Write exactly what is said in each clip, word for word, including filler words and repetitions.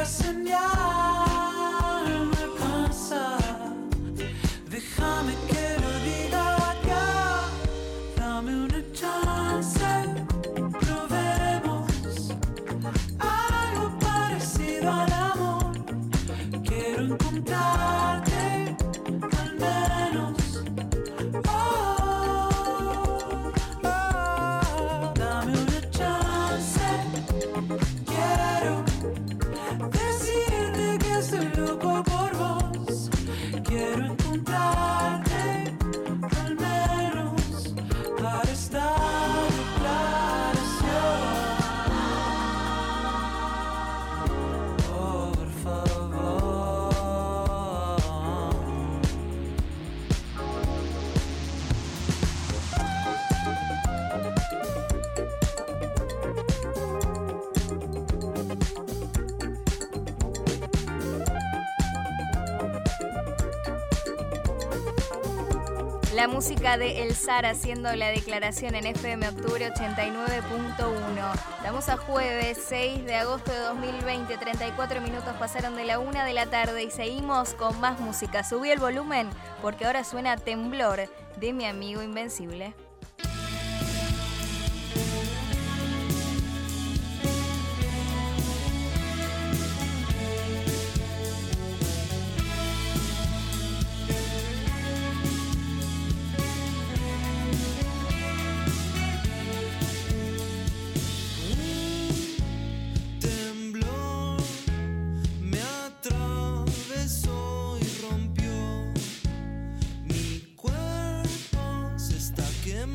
La música de El Zar haciendo la declaración en F M Octubre ochenta y nueve punto uno. Estamos a jueves seis de agosto de dos mil veinte, treinta y cuatro minutos pasaron de la una de la tarde y seguimos con más música. Subí el volumen porque ahora suena Temblor de Mi Amigo Invencible. Y rompió mi cuerpo, se está quemando.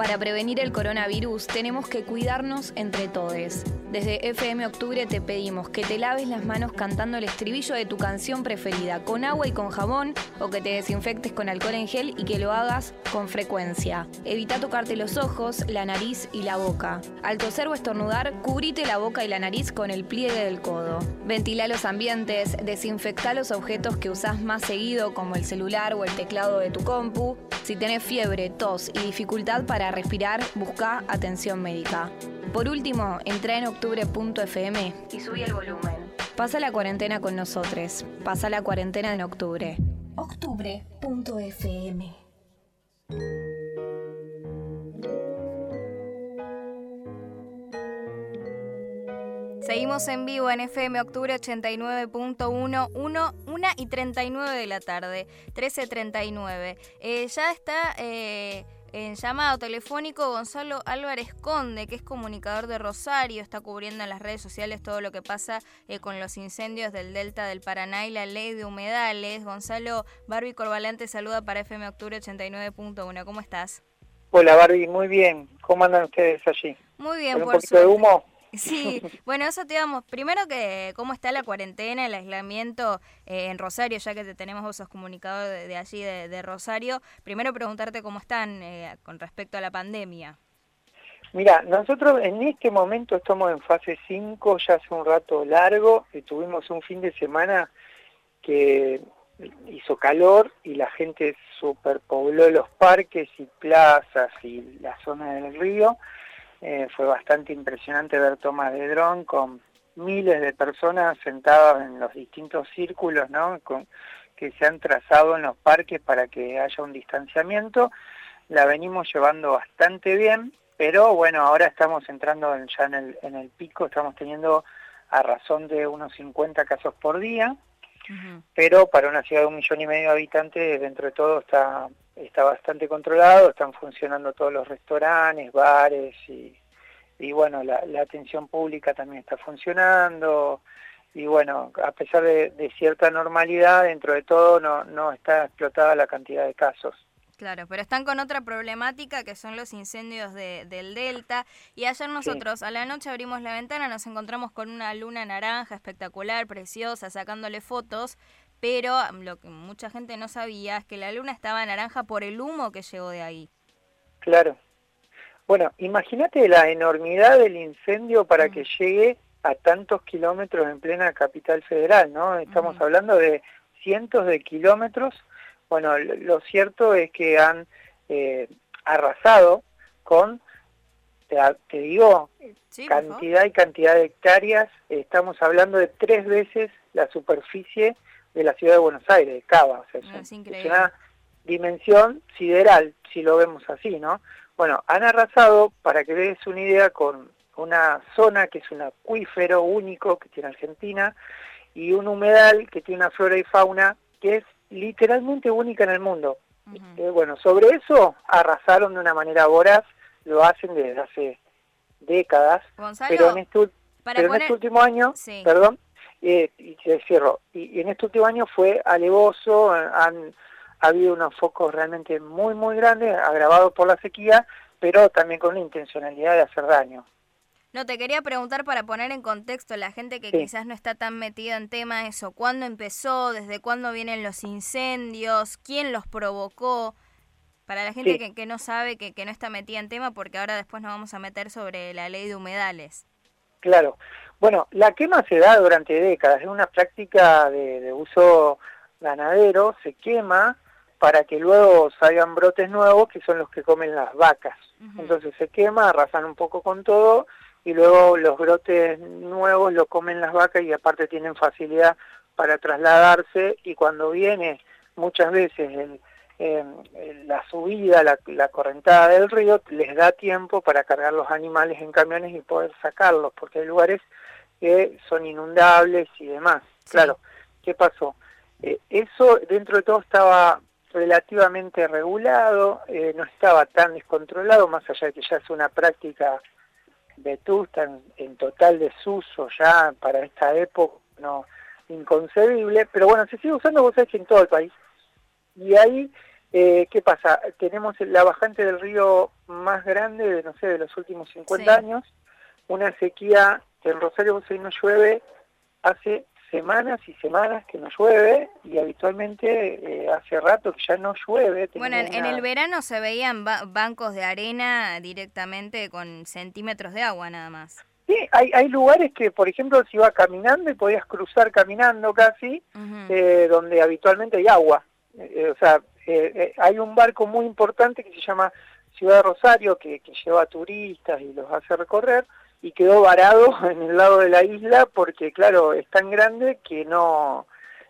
Para prevenir el coronavirus tenemos que cuidarnos entre todos. Desde F M Octubre te pedimos que te laves las manos cantando el estribillo de tu canción preferida con agua y con jabón, o que te desinfectes con alcohol en gel y que lo hagas con frecuencia. Evita tocarte los ojos, la nariz y la boca. Al toser o estornudar, cubrite la boca y la nariz con el pliegue del codo. Ventila los ambientes, desinfecta los objetos que usás más seguido como el celular o el teclado de tu compu. Si tenés fiebre, tos y dificultad para respirar, busca atención médica. Por último, entra en octubre punto f m y subí el volumen. Pasa la cuarentena con nosotros. Pasa la cuarentena en octubre. octubre punto f m. Seguimos en vivo en F M Octubre ochenta y nueve punto uno, una y treinta y nueve de la tarde, trece treinta y nueve. Eh, ya está eh, en llamado telefónico Gonzalo Álvarez Conde, que es comunicador de Rosario, está cubriendo en las redes sociales todo lo que pasa eh, con los incendios del Delta del Paraná y la ley de humedales. Gonzalo, Barbie Corbalán te saluda para F M Octubre ochenta y nueve punto uno. ¿Cómo estás? Hola Barbie, muy bien. ¿Cómo andan ustedes allí? Muy bien, ¿Con un por poquito de suerte. humo? Sí, bueno, eso te íbamos. Primero que cómo está la cuarentena, el aislamiento eh, en Rosario, ya que te tenemos, vos sos comunicador de, de allí, de, de Rosario. Primero preguntarte cómo están eh, con respecto a la pandemia. Mira, nosotros en este momento estamos en fase cinco, ya hace un rato largo, y tuvimos un fin de semana que hizo calor y la gente superpobló los parques y plazas y la zona del río. Eh, fue bastante impresionante ver tomas de dron con miles de personas sentadas en los distintos círculos, ¿no?, con, que se han trazado en los parques para que haya un distanciamiento. La venimos llevando bastante bien, pero bueno, ahora estamos entrando en, ya en el, en el pico, estamos teniendo a razón de unos cincuenta casos por día, uh-huh. Pero para una ciudad de un millón y medio de habitantes, dentro de todo está... está bastante controlado, están funcionando todos los restaurantes, bares y, y bueno, la, la atención pública también está funcionando y bueno, a pesar de, de cierta normalidad, dentro de todo no, no está explotada la cantidad de casos. Claro, pero están con otra problemática que son los incendios de, del Delta, y ayer nosotros sí. a la noche abrimos la ventana, nos encontramos con una luna naranja espectacular, preciosa, sacándole fotos, pero lo que mucha gente no sabía es que la luna estaba naranja por el humo que llegó de ahí. Claro. Bueno, imagínate la enormidad del incendio para mm. que llegue a tantos kilómetros en plena capital federal, ¿no? Estamos mm. hablando de cientos de kilómetros. Bueno, lo cierto es que han eh, arrasado con, te, te digo, sí, cantidad y cantidad de hectáreas. Estamos hablando de tres veces la superficie de la ciudad de Buenos Aires, de Cava. O sea, es, es, un, es una dimensión sideral, si lo vemos así, ¿no? Bueno, han arrasado, para que des una idea, con una zona que es un acuífero único que tiene Argentina y un humedal que tiene una flora y fauna que es literalmente única en el mundo. Uh-huh. Eh, bueno, sobre eso arrasaron de una manera voraz, lo hacen desde hace décadas, Gonzalo, pero en este, para pero poner... en este último año, sí. perdón, eh, y te cierro, y, y en este último año fue alevoso, han ha habido unos focos realmente muy muy grandes, agravados por la sequía, pero también con la intencionalidad de hacer daño. No, te quería preguntar para poner en contexto a la gente que sí. quizás no está tan metida en tema eso. ¿Cuándo empezó? ¿Desde cuándo vienen los incendios? ¿Quién los provocó? Para la gente sí. que, que no sabe, que, que no está metida en tema, porque ahora después nos vamos a meter sobre la ley de humedales. Claro. Bueno, la quema se da durante décadas. Es una práctica de, de uso ganadero. Se quema para que luego salgan brotes nuevos, que son los que comen las vacas. Uh-huh. Entonces se quema, arrasan un poco con todo, y luego los brotes nuevos lo comen las vacas y aparte tienen facilidad para trasladarse, y cuando viene muchas veces el, eh, la subida, la, la correntada del río, les da tiempo para cargar los animales en camiones y poder sacarlos, porque hay lugares que son inundables y demás. Sí. Claro, ¿qué pasó? Eh, eso dentro de todo estaba relativamente regulado, eh, no estaba tan descontrolado, más allá de que ya es una práctica vetusta, en, en total desuso ya para esta época, no inconcebible, pero bueno, se sigue usando, vos sabés, en todo el país. Y ahí Eh, ¿Qué pasa? Tenemos la bajante del río más grande de, no sé, de los últimos cincuenta Sí. años, una sequía que en Rosario Vos no llueve hace semanas y semanas que no llueve, y habitualmente eh, hace rato que ya no llueve. Bueno, en, en una... el verano se veían ba bancos de arena directamente con centímetros de agua nada más. Sí, hay, hay lugares que, por ejemplo, si ibas caminando y podías cruzar caminando casi, Uh-huh. eh, donde habitualmente hay agua. Eh, o sea, eh, eh, hay un barco muy importante que se llama Ciudad de Rosario, que, que lleva turistas y los hace recorrer, y quedó varado en el lado de la isla porque, claro, es tan grande que no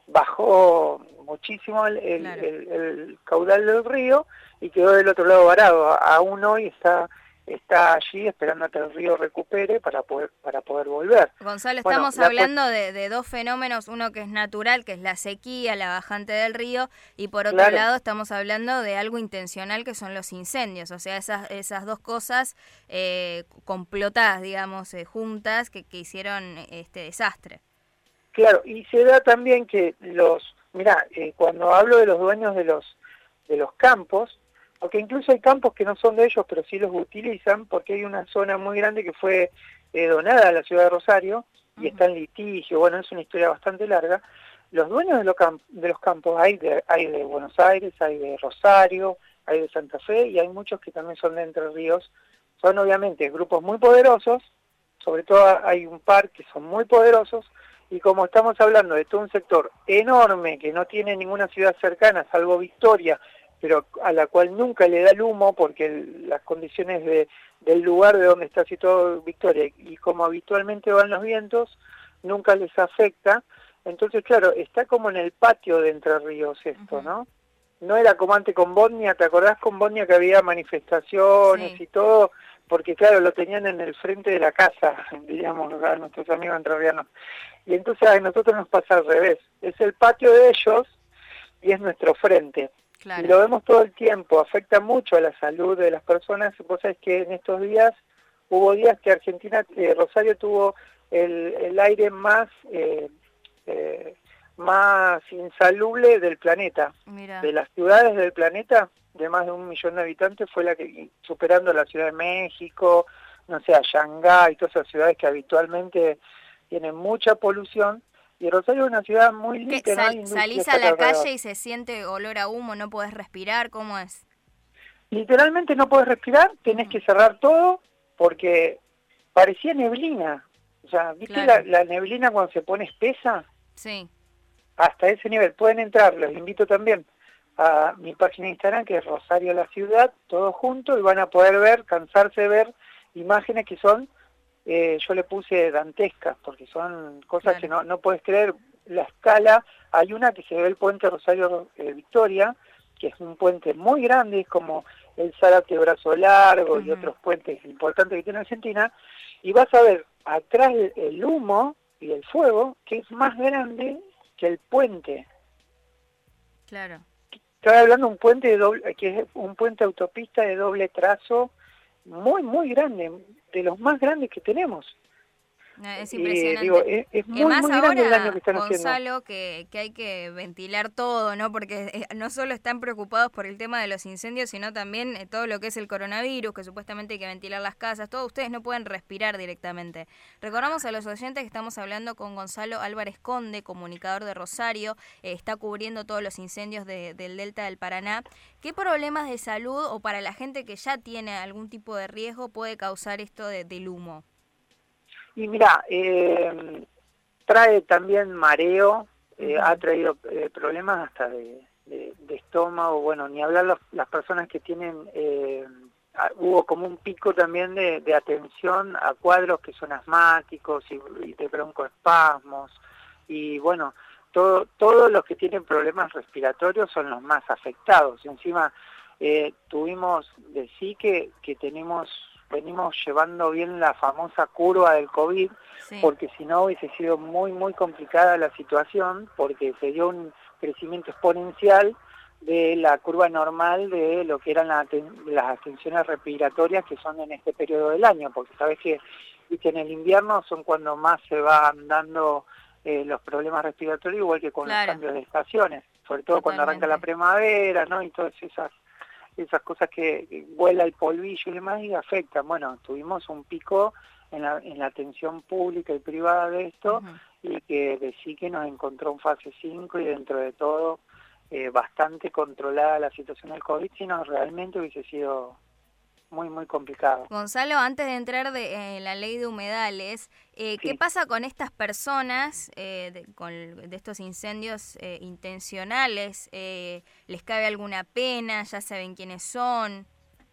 bajó muchísimo el, el, Claro. el, el caudal del río y quedó del otro lado varado. Aún hoy está está allí esperando a que el río recupere para poder para poder volver. Gonzalo, Bueno, estamos la hablando de, de dos fenómenos, uno que es natural, que es la sequía, la bajante del río, y por otro Claro. lado estamos hablando de algo intencional que son los incendios, o sea, esas esas dos cosas eh, complotadas, digamos, eh, juntas, que, que hicieron este desastre. Claro, y se da también que los, mirá, eh, cuando hablo de los dueños de los de los campos, porque incluso hay campos que no son de ellos, pero sí los utilizan, porque hay una zona muy grande que fue eh, donada a la ciudad de Rosario, y Uh-huh. está en litigio, bueno, es una historia bastante larga. Los dueños de los, camp de los campos hay de, hay de Buenos Aires, hay de Rosario, hay de Santa Fe, y hay muchos que también son de Entre Ríos. Son obviamente grupos muy poderosos, sobre todo hay un par que son muy poderosos, y como estamos hablando de todo un sector enorme que no tiene ninguna ciudad cercana, salvo Victoria, pero a la cual nunca le da el humo porque el, las condiciones de, del lugar de donde está situado Victoria, y como habitualmente van los vientos, nunca les afecta. Entonces, claro, está como en el patio de Entre Ríos esto, Uh-huh. ¿no? No era como antes con Bosnia, ¿te acordás con Bosnia que había manifestaciones Sí. y todo? Porque claro, lo tenían en el frente de la casa, digamos, a nuestros amigos entrerrianos. Y entonces a nosotros nos pasa al revés. Es el patio de ellos y es nuestro frente. Claro. Y lo vemos todo el tiempo, afecta mucho a la salud de las personas. Vos sabés que en estos días, hubo días que Argentina, eh, Rosario tuvo el, el aire más eh, eh, más insalubre del planeta. Mira. De las ciudades del planeta, de más de un millón de habitantes, fue la que, superando la Ciudad de México, no sé, a Shanghái, todas esas ciudades que habitualmente tienen mucha polución. Y Rosario es una ciudad muy ¿Qué, limpia, ¿no? sal, Hay industrias ¿Salís a la alrededor. calle y se siente olor a humo, no podés respirar? ¿Cómo es? Literalmente no podés respirar, tenés que cerrar todo porque parecía neblina. O sea, ¿viste Claro. la, la neblina cuando se pone espesa? Sí. Hasta ese nivel. Pueden entrar, los invito también a mi página de Instagram, que es Rosario la Ciudad, todo junto, y van a poder ver, cansarse de ver imágenes que son, eh, yo le puse dantescas, porque son cosas Claro. que no, no puedes creer. La escala, hay una que se ve el puente Rosario eh, Victoria, que es un puente muy grande, es como el Zárate Brazo Largo. Uh-huh. Y otros puentes importantes que tiene Argentina, y vas a ver atrás el, el humo y el fuego, que es más grande que el puente. Claro. Estoy hablando de un puente de doble, que es un puente autopista de doble trazo, muy, muy grande, de los más grandes que tenemos. Es impresionante. Y, digo, es, es muy, Además, muy ahora, grande el daño que están Gonzalo, haciendo. Que, que hay que ventilar todo, ¿no? Porque no solo están preocupados por el tema de los incendios, sino también todo lo que es el coronavirus, que supuestamente hay que ventilar las casas. Todos ustedes no pueden respirar directamente. Recordamos a los oyentes que estamos hablando con Gonzalo Álvarez Conde, comunicador de Rosario, eh, está cubriendo todos los incendios de, del Delta del Paraná. ¿Qué problemas de salud o para la gente que ya tiene algún tipo de riesgo puede causar esto de, del humo? Y mira, eh, trae también mareo, eh, uh-huh. ha traído eh, problemas hasta de, de, de estómago, bueno, ni hablar los, las personas que tienen, eh, hubo como un pico también de, de atención a cuadros que son asmáticos y, y de broncoespasmos, y bueno, todo, todos los que tienen problemas respiratorios son los más afectados. Encima eh, tuvimos de sí que, que tenemos... venimos llevando bien la famosa curva del COVID, sí. Porque si no hubiese sido muy, muy complicada la situación, porque se dio un crecimiento exponencial de la curva normal de lo que eran la, las atenciones respiratorias que son en este periodo del año, porque sabes que, que en el invierno son cuando más se van dando eh, los problemas respiratorios, igual que con claro. los cambios de estaciones. sobre todo Totalmente. Cuando arranca la primavera, ¿no? Y todas esas esas cosas que, que vuela el polvillo y demás y afectan. Bueno, tuvimos un pico en la, en la atención pública y privada de esto, uh-huh. y que de sí que nos encontró en fase cinco y dentro de todo eh, bastante controlada la situación del COVID, si no realmente hubiese sido muy, muy complicado. Gonzalo, antes de entrar de, en eh, la ley de humedales, eh, sí. ¿qué pasa con estas personas, eh, de, con, de estos incendios eh, intencionales? Eh, ¿Les cabe alguna pena? ¿Ya saben quiénes son?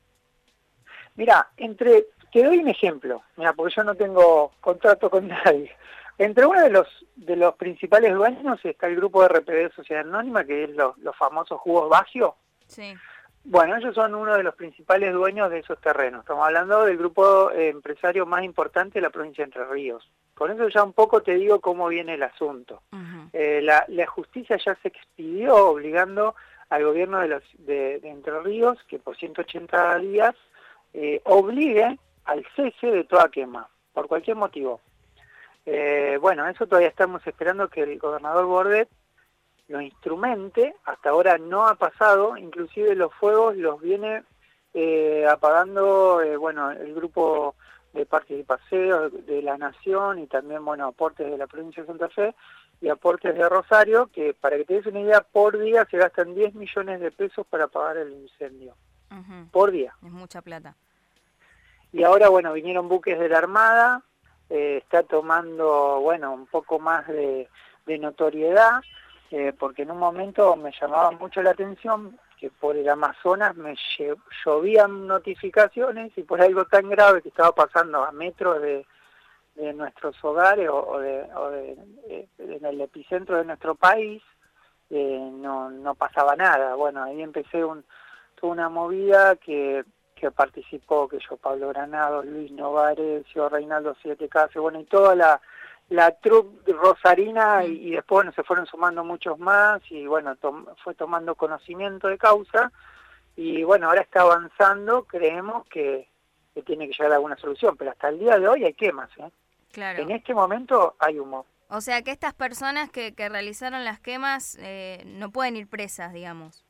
Mira, entre, te doy un ejemplo, mira, porque yo no tengo contrato con nadie. Entre uno de los de los principales dueños está el grupo de R P D Sociedad Anónima, que es lo, los famosos jugos Bagio. Sí. Bueno, ellos son uno de los principales dueños de esos terrenos. Estamos hablando del grupo eh, empresario más importante de la provincia de Entre Ríos. Con eso ya un poco te digo cómo viene el asunto. Uh-huh. eh, la, la justicia ya se expidió obligando al gobierno de, los, de, de Entre Ríos que por ciento ochenta días eh, obligue al cese de toda quema, por cualquier motivo. Eh, bueno, eso todavía estamos esperando que el gobernador Bordet lo instrumente, hasta ahora no ha pasado, inclusive los fuegos los viene eh, apagando, eh, bueno, el grupo de Parques y Paseos de la Nación y también, bueno, aportes de la provincia de Santa Fe y aportes de Rosario, que para que te des una idea, por día se gastan diez millones de pesos para apagar el incendio, uh-huh. por día. Es mucha plata. Y ahora, bueno, vinieron buques de la Armada, eh, está tomando, bueno, un poco más de, de notoriedad, Eh, porque en un momento me llamaba mucho la atención que por el Amazonas me llovían notificaciones y por algo tan grave que estaba pasando a metros de, de nuestros hogares o, o, de, o de, de, de, en el epicentro de nuestro país, eh, no, no pasaba nada. Bueno, ahí empecé un, toda una movida que, que participó, que yo, Pablo Granados, Luis Novarecio, Reinaldo Siete Case, bueno, y toda la la troupe rosarina y, y después bueno, se fueron sumando muchos más y bueno, tom, fue tomando conocimiento de causa y bueno, ahora está avanzando, creemos que, que tiene que llegar a alguna solución, pero hasta el día de hoy hay quemas, ¿eh? Claro. En este momento hay humo. O sea que estas personas que, que realizaron las quemas eh, no pueden ir presas, digamos.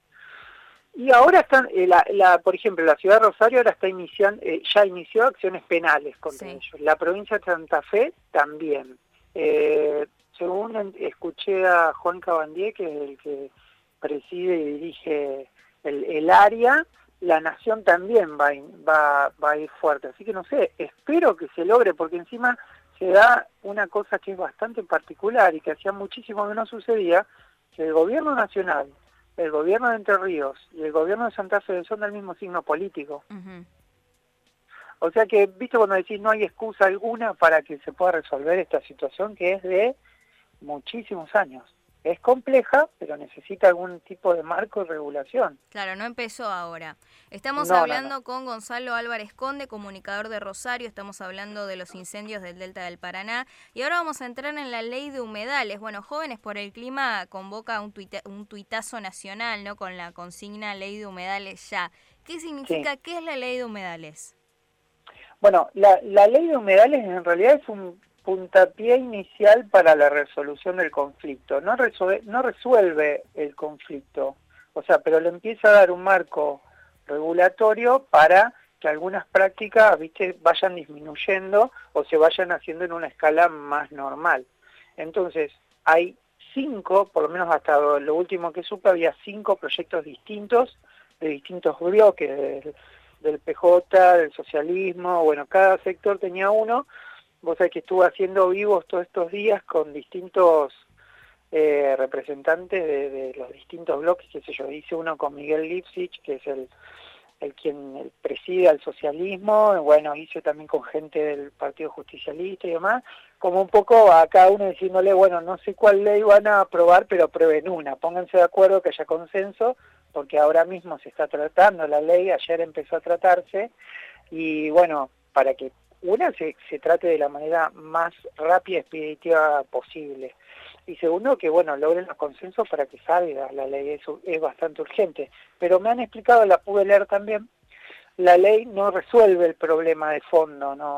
Y ahora están, eh, la, la, por ejemplo, la ciudad de Rosario ahora está iniciando, eh, ya inició acciones penales contra sí. ellos. La provincia de Santa Fe también. Eh, según en, escuché a Juan Cabandier, que es el que preside y dirige el, el área, la Nación también va, va, va a ir fuerte. Así que no sé, espero que se logre, porque encima se da una cosa que es bastante particular y que hacía muchísimo que no sucedía, que el gobierno nacional, el gobierno de Entre Ríos y el gobierno de Santa Fe son del mismo signo político. Uh-huh. O sea que, viste, cuando decís no hay excusa alguna para que se pueda resolver esta situación que es de muchísimos años. Es compleja, pero necesita algún tipo de marco y regulación. Claro, no empezó ahora. Estamos no, hablando no, no. con Gonzalo Álvarez Conde, comunicador de Rosario. Estamos hablando de los incendios del Delta del Paraná. Y ahora vamos a entrar en la ley de humedales. Bueno, Jóvenes por el Clima convoca un, tuita, un tuitazo nacional, ¿no? Con la consigna ley de humedales ya. ¿Qué significa? Sí. ¿Qué es la ley de humedales? Bueno, la, la ley de humedales en realidad es un puntapié inicial para la resolución del conflicto. No resuelve, no resuelve el conflicto, o sea, pero le empieza a dar un marco regulatorio para que algunas prácticas, viste, vayan disminuyendo o se vayan haciendo en una escala más normal. Entonces, hay cinco, por lo menos hasta lo último que supe, había cinco proyectos distintos, de distintos bloques, del, del P J, del socialismo, bueno, cada sector tenía uno. Vos sabés que estuve haciendo vivos todos estos días con distintos eh, representantes de, de los distintos bloques, qué sé yo, hice uno con Miguel Lipsich, que es el, el quien el preside al socialismo, bueno, hice también con gente del Partido Justicialista y demás, como un poco a cada uno diciéndole, bueno, no sé cuál ley van a aprobar, pero aprueben una, pónganse de acuerdo, que haya consenso, porque ahora mismo se está tratando la ley, ayer empezó a tratarse, y bueno, para que una, se, se trate de la manera más rápida y expeditiva posible. Y segundo, que bueno, logren los consensos para que salga la ley, eso es bastante urgente. Pero me han explicado, la pude leer también, la ley no resuelve el problema de fondo, no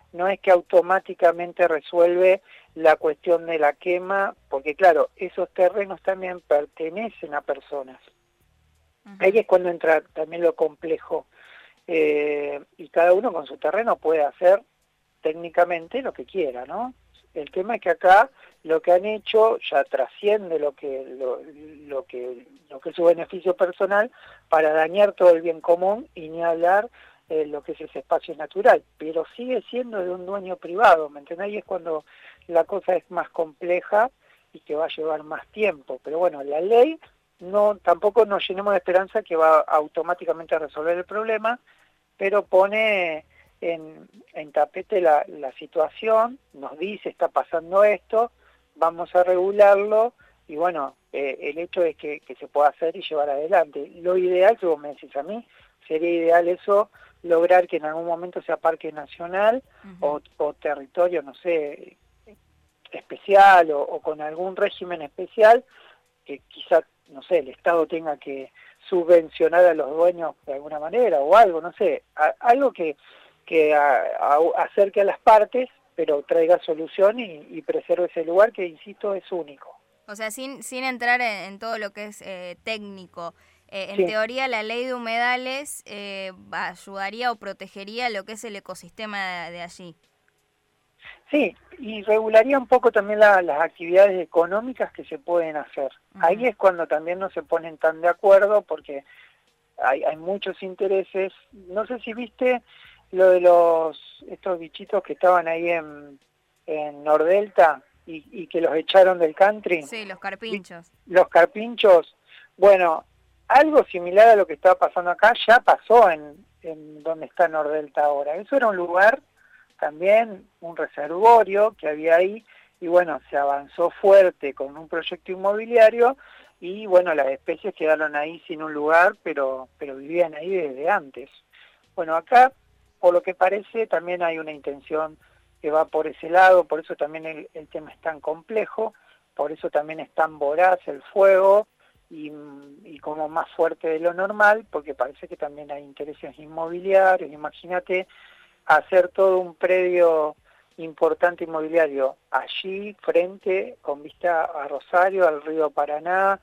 no es que automáticamente resuelve la cuestión de la quema, porque claro, esos terrenos también pertenecen a personas. Uh-huh. Ahí es cuando entra también lo complejo, eh, y cada uno con su terreno puede hacer técnicamente lo que quiera, ¿no? El tema es que acá lo que han hecho ya trasciende lo que lo, lo que lo que es su beneficio personal para dañar todo el bien común y ni hablar eh, lo que es ese espacio natural, pero sigue siendo de un dueño privado, ¿me entendés? Y es cuando la cosa es más compleja y que va a llevar más tiempo, pero bueno, la ley no tampoco nos llenemos de esperanza que va automáticamente a resolver el problema, pero pone en, en tapete la, la situación, nos dice está pasando esto, vamos a regularlo y bueno, eh, el hecho es que, que se pueda hacer y llevar adelante. Lo ideal, que vos me decís a mí, sería ideal eso, lograr que en algún momento sea parque nacional uh-huh. o, o territorio, no sé, especial o, o con algún régimen especial que quizá, no sé, el Estado tenga que subvencionar a los dueños de alguna manera o algo, no sé, a, algo que, que a, a, acerque a las partes, pero traiga solución y, y preserve ese lugar que, insisto, es único. O sea, sin, sin entrar en, en todo lo que es eh, técnico, eh, en sí. teoría la ley de humedales eh, ayudaría o protegería lo que es el ecosistema de, de allí. Sí, y regularía un poco también la, las actividades económicas que se pueden hacer. Uh-huh. Ahí es cuando también no se ponen tan de acuerdo porque hay, hay muchos intereses. No sé si viste lo de los estos bichitos que estaban ahí en, en Nordelta y, y que los echaron del country. Sí, los carpinchos. Los carpinchos. Bueno, algo similar a lo que está pasando acá ya pasó en, en donde está Nordelta ahora. Eso era un lugar también, un reservorio que había ahí, y bueno, se avanzó fuerte con un proyecto inmobiliario, y bueno, las especies quedaron ahí sin un lugar, pero, pero vivían ahí desde antes. Bueno, acá, por lo que parece, también hay una intención que va por ese lado, por eso también el, el tema es tan complejo, por eso también es tan voraz el fuego, y, y como más fuerte de lo normal, porque parece que también hay intereses inmobiliarios. Imagínate hacer todo un predio importante inmobiliario allí, frente, con vista a Rosario, al río Paraná,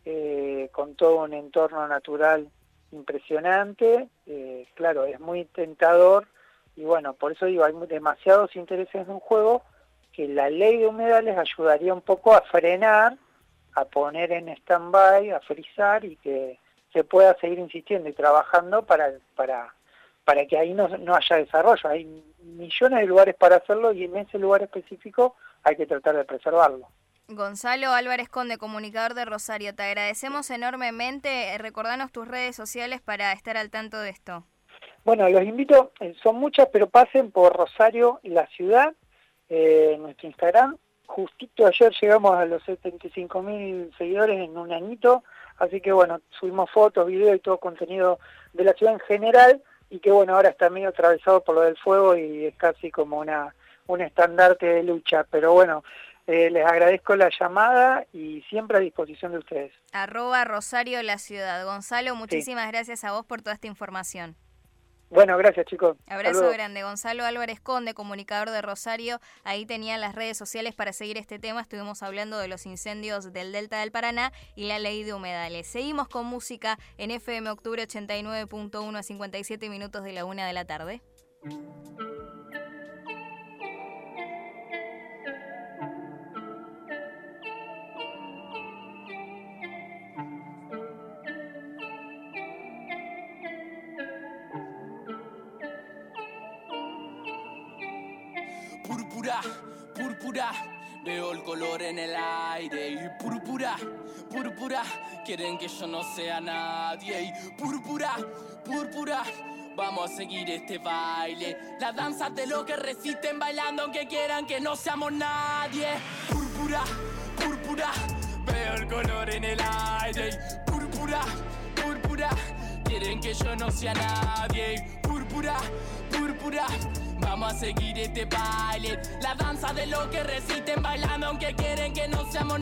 eh, con todo un entorno natural impresionante. Eh, claro, es muy tentador y bueno, por eso digo, hay demasiados intereses en un juego que la ley de humedales ayudaría un poco a frenar, a poner en stand-by, a frizar y que se pueda seguir insistiendo y trabajando para... para para que ahí no, no haya desarrollo. Hay millones de lugares para hacerlo y en ese lugar específico hay que tratar de preservarlo. Gonzalo Álvarez Conde, comunicador de Rosario, te agradecemos enormemente. Recordanos tus redes sociales para estar al tanto de esto. Bueno, los invito, son muchas, pero pasen por Rosario, la ciudad, eh, nuestro Instagram. Justito ayer llegamos a los setenta y cinco mil seguidores en un añito, así que bueno, subimos fotos, videos y todo contenido de la ciudad en general, y que bueno, ahora está medio atravesado por lo del fuego y es casi como una un estandarte de lucha, pero bueno, eh, les agradezco la llamada y siempre a disposición de ustedes. Arroba Rosario la ciudad. Gonzalo, muchísimas sí. gracias a vos por toda esta información. Bueno, gracias chicos. Abrazo grande. Gonzalo Álvarez Conde, comunicador de Rosario. Ahí tenían las redes sociales para seguir este tema. Estuvimos hablando de los incendios del Delta del Paraná y la ley de humedales. Seguimos con música en F M Octubre ochenta y nueve punto uno a cincuenta y siete minutos de la una de la tarde. Púrpura, púrpura, veo el color en el aire. Y púrpura, púrpura, quieren que yo no sea nadie. Y púrpura, púrpura, vamos a seguir este baile. La danza de los que resisten bailando aunque quieran que no seamos nadie. Púrpura, púrpura, veo el color en el aire. Y púrpura, púrpura, quieren que yo no sea nadie. Púrpura, púrpura, vamos a seguir este baile. La danza de los que resisten bailando aunque quieren que no seamos